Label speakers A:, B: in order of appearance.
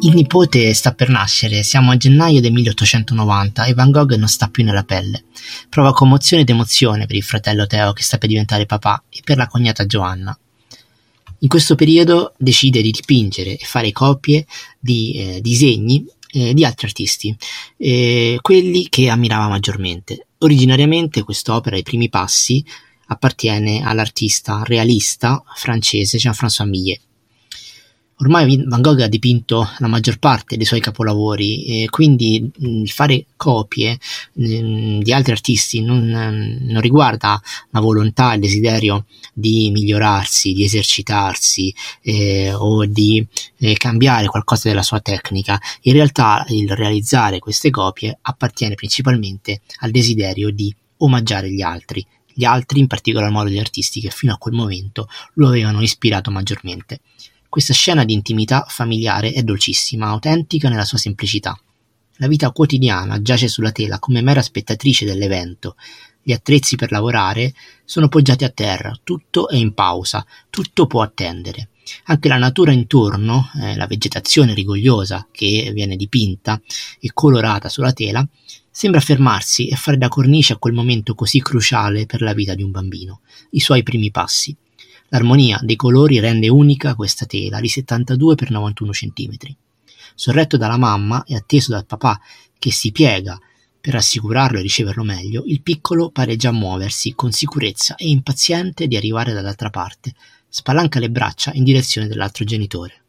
A: Il nipote sta per nascere, siamo a gennaio del 1890 e Van Gogh non sta più nella pelle. Prova commozione ed emozione per il fratello Theo che sta per diventare papà e per la cognata Joanna. In questo periodo decide di dipingere e fare copie di disegni di altri artisti, quelli che ammirava maggiormente. Originariamente quest'opera, I primi passi, appartiene all'artista realista francese Jean-François Millet. Ormai Van Gogh ha dipinto la maggior parte dei suoi capolavori e quindi fare copie di altri artisti non riguarda la volontà e il desiderio di migliorarsi, di esercitarsi o di cambiare qualcosa della sua tecnica. In realtà il realizzare queste copie appartiene principalmente al desiderio di omaggiare gli altri, in particolar modo gli artisti che fino a quel momento lo avevano ispirato maggiormente. Questa scena di intimità familiare è dolcissima, autentica nella sua semplicità. La vita quotidiana giace sulla tela come mera spettatrice dell'evento. Gli attrezzi per lavorare sono poggiati a terra, tutto è in pausa, tutto può attendere. Anche la natura intorno, la vegetazione rigogliosa che viene dipinta e colorata sulla tela, sembra fermarsi e fare da cornice a quel momento così cruciale per la vita di un bambino, i suoi primi passi. L'armonia dei colori rende unica questa tela di 72 x 91 cm. Sorretto dalla mamma e atteso dal papà che si piega per rassicurarlo e riceverlo meglio, il piccolo pare già muoversi con sicurezza e impaziente di arrivare dall'altra parte. Spalanca le braccia in direzione dell'altro genitore.